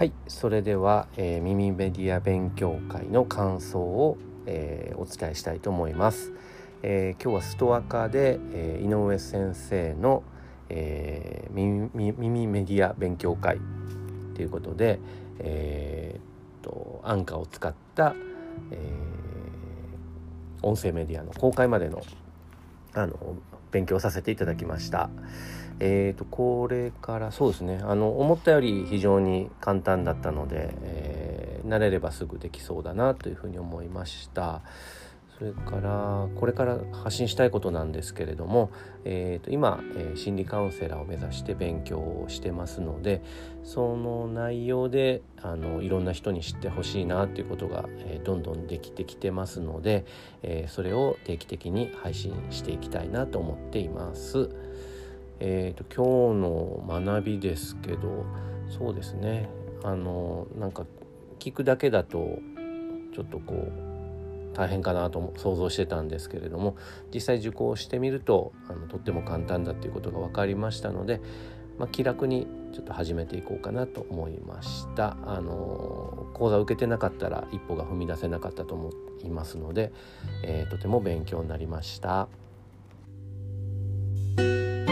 はい、それでは、耳メディア勉強会の感想を、お伝えしたいと思います。今日はストアカで、井上先生の、耳メディア勉強会ということで、アンカーを使った、音声メディアの公開までの勉強させていただきました。これからそうですね、思ったより非常に簡単だったので、慣れればすぐできそうだなというふうに思いました。それからこれから発信したいことなんですけれども、今、心理カウンセラーを目指して勉強をしてますので、その内容でいろんな人に知ってほしいなということが、どんどんできてきてますので、それを定期的に配信していきたいなと思っています。今日の学びですけど、そうですね、なんか聞くだけだとちょっと大変かなと想像してたんですけれども、実際受講してみるととっても簡単だっていうことが分かりましたので、気楽にちょっと始めていこうかなと思いました。講座を受けてなかったら一歩が踏み出せなかったと思いますので、とても勉強になりました。